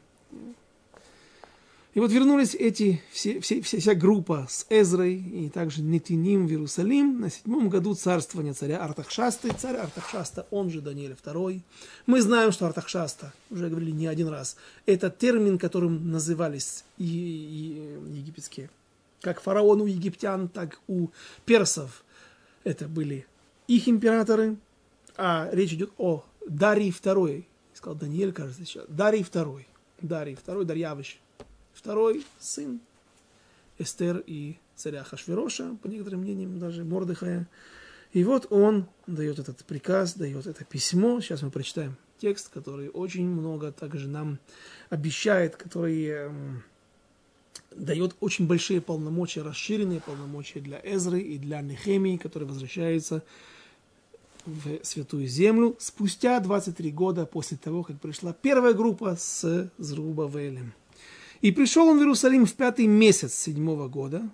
И вот вернулись эти, все, все, вся, вся группа с Эзрой и также Нетиним в Иерусалим на седьмом году царствования царя Артахшасты. Царь Артахшаста, он же Даниэль второй. Мы знаем, что Артахшаста, уже говорили не один раз, это термин, которым назывались и, и, египетские, как фараон у египтян, так у персов. Это были их императоры, а речь идет о Дарий второй. Сказал Даниэль, кажется, еще. Дарий второй. Дарий второй, Дарьявыш. Второй сын Эстер и царя Ахашвероша, по некоторым мнениям даже Мордехая. И вот он дает этот приказ, дает это письмо. Сейчас мы прочитаем текст, который очень много также нам обещает, который э, дает очень большие полномочия, расширенные полномочия для Эзры и для Нехемии, который возвращается в Святую Землю спустя двадцать три года после того, как пришла первая группа с Зрубавелем. И пришел он в Иерусалим в пятый месяц седьмого года.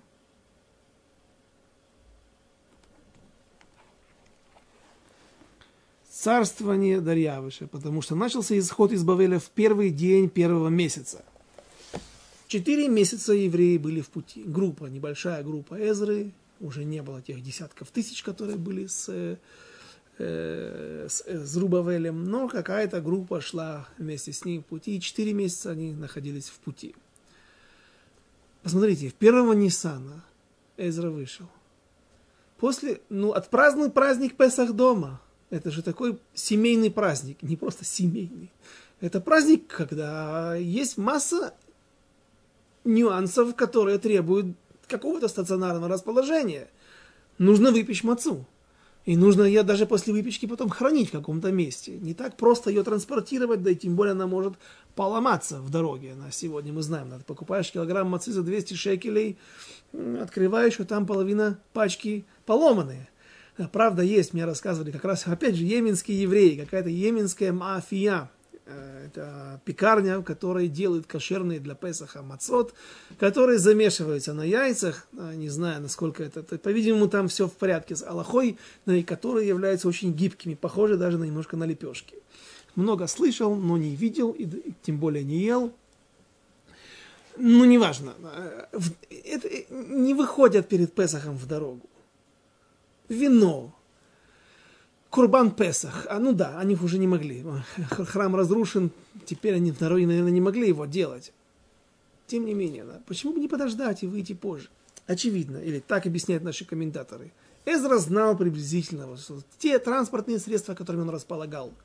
Царствование Дарьявыша, потому что начался исход из Бавеля в первый день первого месяца. Четыре месяца евреи были в пути. Группа, небольшая группа Эзры, уже не было тех десятков тысяч, которые были с, э, с Зрубавелем, но какая-то группа шла вместе с ним в пути, и четыре месяца они находились в пути. Посмотрите, в первого Ниссана Эзра вышел. После, ну, отпразднуй праздник Песах дома. Это же такой семейный праздник, не просто семейный. Это праздник, когда есть масса нюансов, которые требуют какого-то стационарного расположения. Нужно выпечь мацу. И нужно ее даже после выпечки потом хранить в каком-то месте. Не так просто ее транспортировать, да и тем более она может поломаться в дороге. На сегодня мы знаем, ты покупаешь килограмм мацы за двести шекелей, открываешь, и там половина пачки поломанные. Правда, есть, мне рассказывали, как раз, опять же, йеменские евреи, какая-то йеменская мафия. Это пекарня, в которой делают кошерные для Песаха мацот, которые замешиваются на яйцах, не знаю, насколько это, по-видимому, там все в порядке с алахой, которые являются очень гибкими, похожи даже на немножко на лепешки. Много слышал, но не видел, и тем более не ел. Ну, неважно. Это не выходят перед Песахом в дорогу. Вино. Курбан Песах. А, ну да, они уже не могли. Храм разрушен, теперь они в дороге, наверное, не могли его делать. Тем не менее, да, почему бы не подождать и выйти позже? Очевидно, или так объясняют наши комментаторы. Эзра знал приблизительно, что те транспортные средства, которыми он располагал,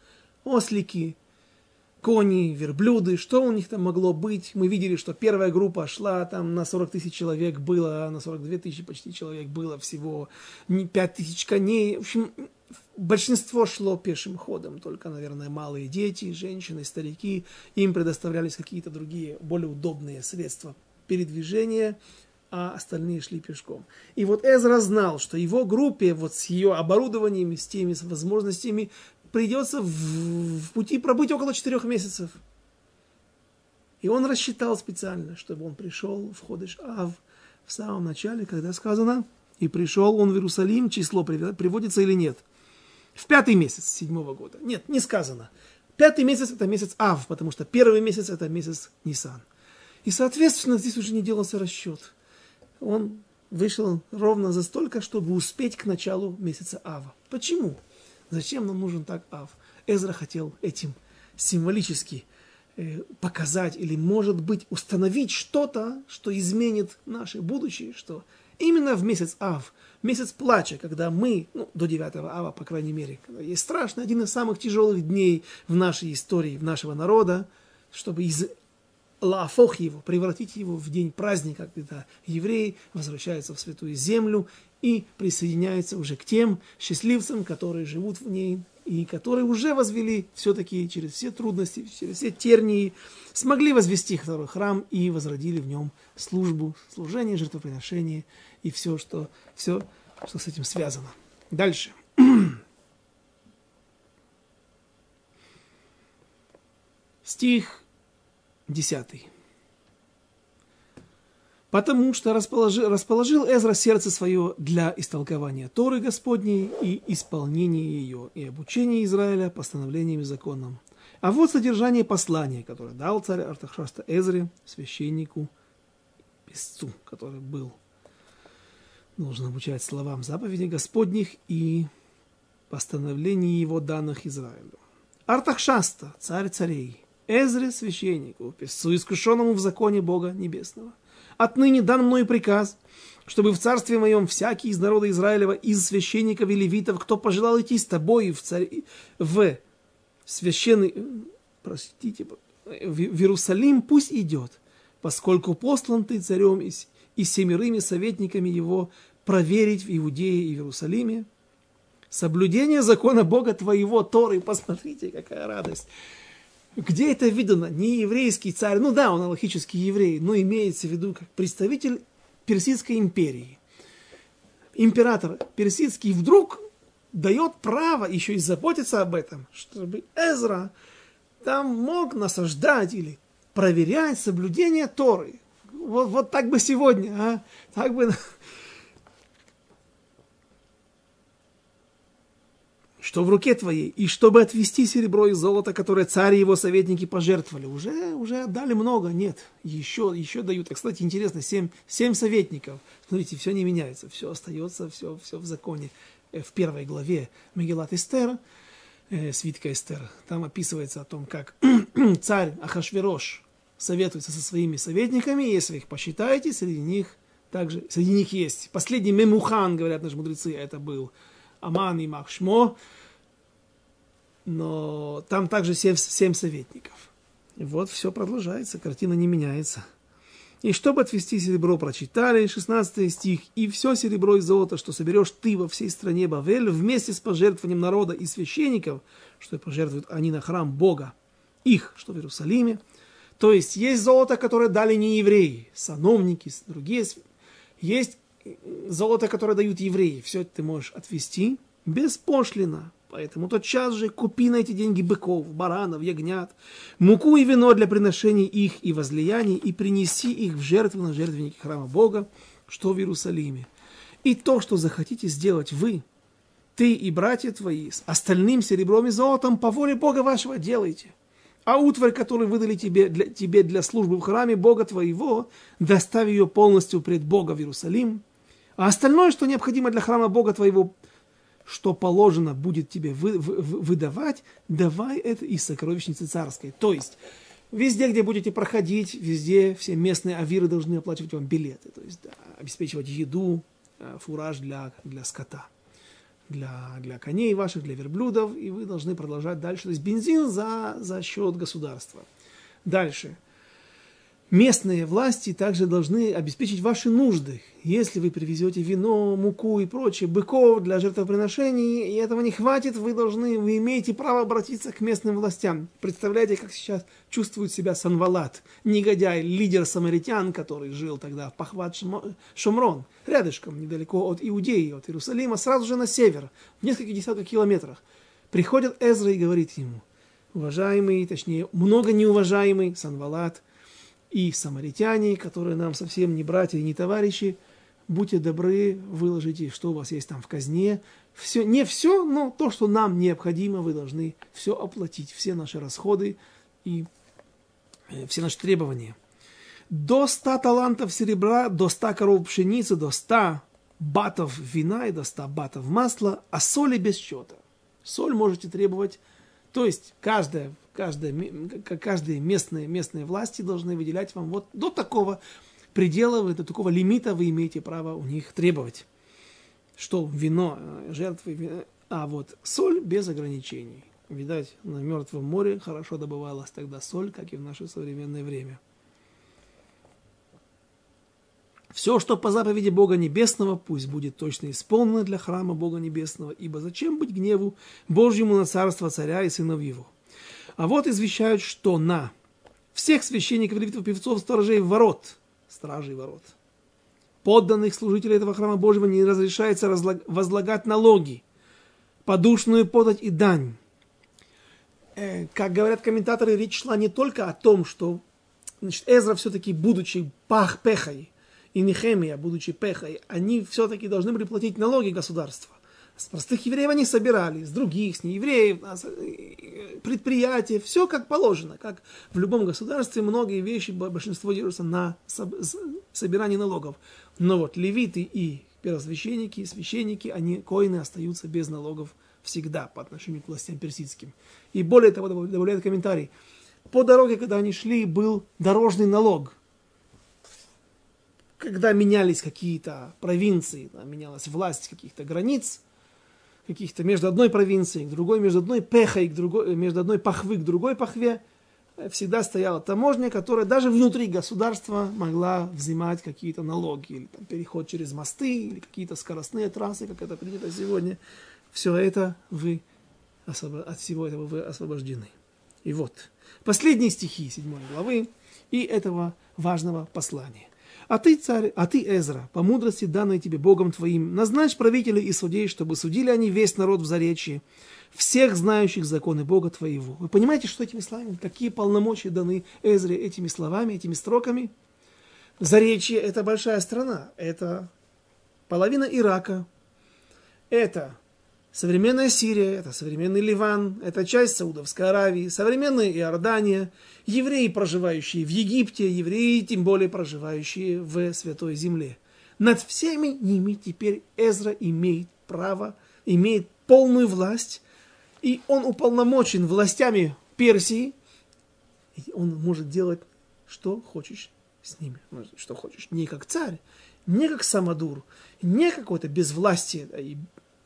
ослики, кони, верблюды, что у них там могло быть. Мы видели, что первая группа шла, там на сорок тысяч человек было, на сорок две тысячи почти человек было всего, пять тысяч коней. В общем, большинство шло пешим ходом, только, наверное, малые дети, женщины, старики. Им предоставлялись какие-то другие, более удобные средства передвижения, а остальные шли пешком. И вот Эзра знал, что его группе, вот с ее оборудованием, с теми с возможностями, придется в, в пути пробыть около четырех месяцев. И он рассчитал специально, чтобы он пришел в Ходеш Ав в самом начале, когда сказано, и пришел он в Иерусалим, число приводится или нет. В пятый месяц седьмого года. Нет, не сказано. Пятый месяц это месяц Ав, потому что первый месяц это месяц Нисан. И, соответственно, здесь уже не делался расчет. Он вышел ровно за столько, чтобы успеть к началу месяца Ава. Почему? Зачем нам нужен так Ав? Эзра хотел этим символически э, показать или, может быть, установить что-то, что изменит наше будущее, что именно в месяц Ав, месяц плача, когда мы, ну, до девятого Ава, по крайней мере, когда есть страшно, один из самых тяжелых дней в нашей истории, в нашего народа, чтобы из лаафох его, превратить его в день праздника, когда евреи возвращаются в Святую Землю и присоединяются уже к тем счастливцам, которые живут в ней и которые уже возвели все-таки через все трудности, через все тернии, смогли возвести второй храм и возродили в нем службу, служение, жертвоприношение и все, что, все, что с этим связано. Дальше. Стих десятый. Потому что расположил, расположил Эзра сердце свое для истолкования Торы Господней и исполнения ее, и обучения Израиля постановлениям и законам. А вот содержание послания, которое дал царь Артахшаста Эзре, священнику, писцу, который был, должен обучать словам заповедей Господних и постановлений его данных Израилю. Артахшаста, царь царей, Эзре, священнику, писцу, искушенному в законе Бога Небесного. Отныне дан мною приказ, чтобы в царстве моем всякий из народа Израилева, из священников и левитов, кто пожелал идти с тобой в, царь, в священный, простите, в, в Иерусалим, пусть идет, поскольку послан ты царем и, и семерыми советниками его проверить в Иудее и в Иерусалиме соблюдение закона Бога твоего, Торы. Посмотрите, какая радость. Где это видано? Не еврейский царь, ну да, он алахический еврей, но имеется в виду как представитель Персидской империи. Император персидский вдруг дает право еще и заботиться об этом, чтобы Эзра там мог насаждать или проверять соблюдение Торы. Вот, вот так бы сегодня, а? Так бы... что в руке твоей, и чтобы отвести серебро и золото, которое царь и его советники пожертвовали. Уже, уже отдали много, нет, еще, еще дают. А, кстати, интересно, семь, семь советников. Смотрите, все не меняется, все остается, все, все в законе. В первой главе Мегилат Эстер, э, свитка Эстер, там описывается о том, как царь Ахашверош советуется со своими советниками, если вы их посчитаете, среди них также, среди них есть последний Мемухан, говорят наши мудрецы, это был Аман и Махшмо, но там также семь, семь советников. И вот все продолжается, картина не меняется. И чтобы отвести серебро, прочитали, шестнадцатый стих, и все серебро и золото, что соберешь ты во всей стране Бавель, вместе с пожертвованием народа и священников, что пожертвуют они на храм Бога, их, что в Иерусалиме. То есть есть золото, которое дали не евреи, сановники, другие. Есть золото, которое дают евреи, все это ты можешь отвести беспошлино. Поэтому тотчас же купи на эти деньги быков, баранов, ягнят, муку и вино для приношений их и возлияний, и принеси их в жертву на жертвенники храма Бога, что в Иерусалиме. И то, что захотите сделать вы, ты и братья твои, с остальным серебром и золотом, по воле Бога вашего делайте. А утварь, которую выдали тебе для, тебе для службы в храме Бога твоего, доставь ее полностью пред Бога в Иерусалим. А остальное, что необходимо для храма Бога твоего, что положено будет тебе вы, вы, выдавать, давай это из сокровищницы царской. То есть, везде, где будете проходить, везде все местные авиры должны оплачивать вам билеты, то есть да, обеспечивать еду, фураж для, для скота. для, для коней ваших, для верблюдов, и вы должны продолжать дальше. То есть бензин за, за счет государства. Дальше. Местные власти также должны обеспечить ваши нужды. Если вы привезете вино, муку и прочее, быков для жертвоприношений, и этого не хватит, вы должны, вы имеете право обратиться к местным властям. Представляете, как сейчас чувствует себя Санвалат, негодяй, лидер самаритян, который жил тогда в Пахват Шомрон, рядышком, недалеко от Иудеи, от Иерусалима, сразу же на север, в нескольких десятках километрах. Приходит Эзра и говорит ему: уважаемый, точнее, много неуважаемый Санвалат, и самаритяне, которые нам совсем не братья и не товарищи, будьте добры, выложите, что у вас есть там в казне. Все, не все, но то, что нам необходимо, вы должны все оплатить, все наши расходы и все наши требования. До ста талантов серебра, до ста коров пшеницы, до ста батов вина и до ста батов масла, а соли без счета. Соль можете требовать, то есть каждая Каждые, каждые местные, местные власти должны выделять вам вот до такого предела, до такого лимита вы имеете право у них требовать. Что вино, жертвы, вино, а вот соль без ограничений. Видать, на Мертвом море хорошо добывалась тогда соль, как и в наше современное время. Все, что по заповеди Бога Небесного, пусть будет точно исполнено для храма Бога Небесного, ибо зачем быть гневу Божьему на царство царя и сынов его? А вот извещают, что на всех священников, левитов, певцов, сторожей ворот, стражей ворот, подданных служителей этого храма Божьего не разрешается возлагать налоги, подушную подать и дань. Э, как говорят комментаторы, речь шла не только о том, что, значит, Эзра все-таки, будучи пах пехой, и Нехемия, будучи пехой, они все-таки должны были платить налоги государства. С простых евреев они собирали, с других, с неевреев, предприятия, все как положено. Как в любом государстве многие вещи, большинство держатся на собирании налогов. Но вот левиты и первосвященники, священники, они, коины, остаются без налогов всегда по отношению к властям персидским. И более того, добавляет комментарий, по дороге, когда они шли, был дорожный налог. Когда менялись какие-то провинции, менялась власть каких-то границ, каких-то между одной провинцией к другой, между одной пехой к другой, между одной пахвы к другой пахве, всегда стояла таможня, которая даже внутри государства могла взимать какие-то налоги, или там, переход через мосты, или какие-то скоростные трассы, как это принято сегодня. Все это вы, от всего этого вы освобождены. И вот, последние стихи седьмой главы и этого важного послания. А ты, царь, а ты, Эзра, по мудрости, данной тебе Богом твоим, назначь правителей и судей, чтобы судили они весь народ в заречье, всех знающих законы Бога твоего. Вы понимаете, что этими словами, какие полномочия даны Эзре этими словами, этими строками? Заречье – это большая страна, это половина Ирака, это современная Сирия, это современный Ливан, это часть Саудовской Аравии, современная Иордания, евреи, проживающие в Египте, евреи, тем более проживающие в Святой Земле. Над всеми ними теперь Эзра имеет право, имеет полную власть, и он уполномочен властями Персии, и он может делать, что хочешь с ними, что хочешь, не как царь, не как самодур, не какое-то безвластие.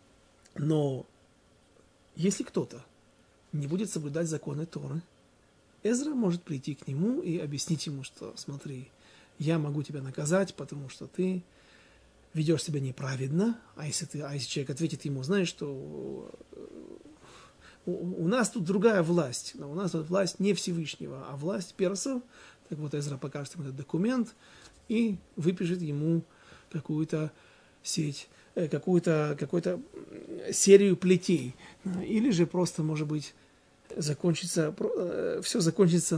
Но если кто-то не будет соблюдать законы Торы, Эзра может прийти к нему и объяснить ему, что смотри, я могу тебя наказать, потому что ты ведешь себя неправедно, а если, ты, а если человек ответит ему, знаешь, что у, у нас тут другая власть, но у нас тут власть не Всевышнего, а власть персов, так вот Эзра покажет ему этот документ и выпишет ему какую-то сеть, какую-то, какую-то серию плетей. Или же просто, может быть, закончится, все закончится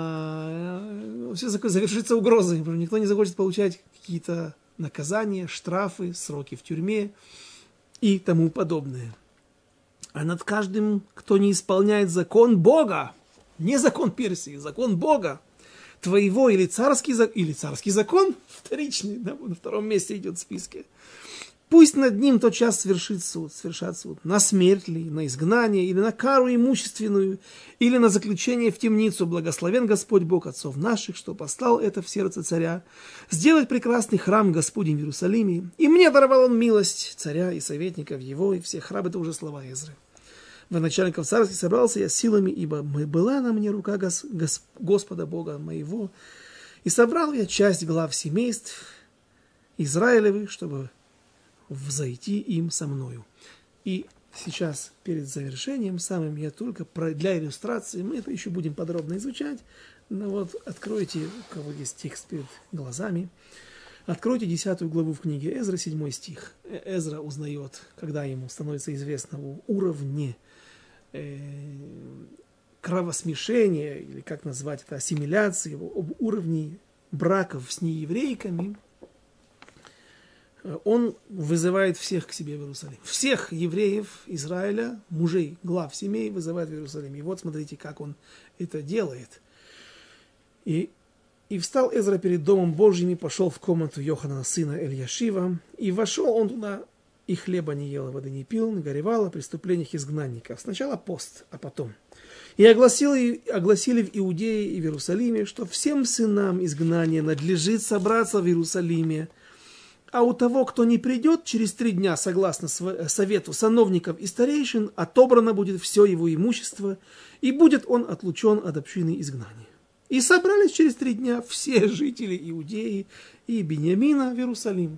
на... Все завершится угрозой, потому что никто не захочет получать какие-то наказания, штрафы, сроки в тюрьме и тому подобное. А над каждым, кто не исполняет закон Бога, не закон Персии, закон Бога, твоего или царский, или царский закон, вторичный, да, на втором месте идет в списке, Пусть над ним тот час свершит суд, свершат суд. На смерть ли, на изгнание, или на кару имущественную, или на заключение в темницу. Благословен Господь Бог отцов наших, что послал это в сердце царя, сделать прекрасный храм Господень в Иерусалиме. И мне даровал он милость царя и советников его, и всех раб». Это уже слова Эзры. «Военачальников царских собрался я силами, ибо была на мне рука гос, гос, Господа Бога моего. И собрал я часть глав семейств Израилевых, чтобы взойти им со мною». И сейчас, перед завершением самым, я только про, для иллюстрации, мы это еще будем подробно изучать, но вот откройте, у кого есть текст перед глазами, откройте десятую главу в книге Эзры, седьмой стих. Эзра узнает, когда ему становится известно о уровне э, кровосмешения, или как назвать это, ассимиляции, об уровне браков с нееврейками, он вызывает всех к себе в Иерусалим. Всех евреев Израиля, мужей, глав семей вызывает в Иерусалим. И вот смотрите, как он это делает. И, и встал Эзра перед Домом Божьим и пошел в комнату Йоханана, сына Эльяшива. И вошел он туда, и хлеба не ел, и воды не пил, не горевал о преступлениях изгнанников. Сначала пост, а потом. И огласили, огласили в Иудее и в Иерусалиме, что всем сынам изгнания надлежит собраться в Иерусалиме. А у того, кто не придет, через три дня, согласно совету сановников и старейшин, отобрано будет все его имущество, и будет он отлучен от общины изгнания. И собрались через три дня все жители Иудеи и Беньямина в Иерусалим.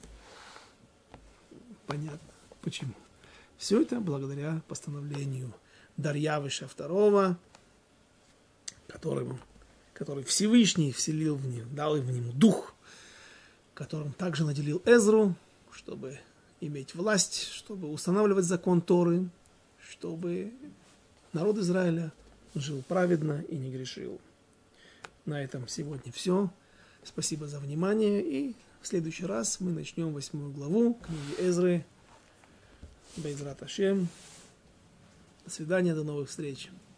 Понятно, почему. Все это благодаря постановлению Дарьявыша второго, которому, который Всевышний вселил в него, дал в нему дух, которым также наделил Эзру, чтобы иметь власть, чтобы устанавливать закон Торы, чтобы народ Израиля жил праведно и не грешил. На этом сегодня все. Спасибо за внимание. И в следующий раз мы начнем восьмую главу книги Эзры. Бейзрат Ашем. До свидания, до новых встреч.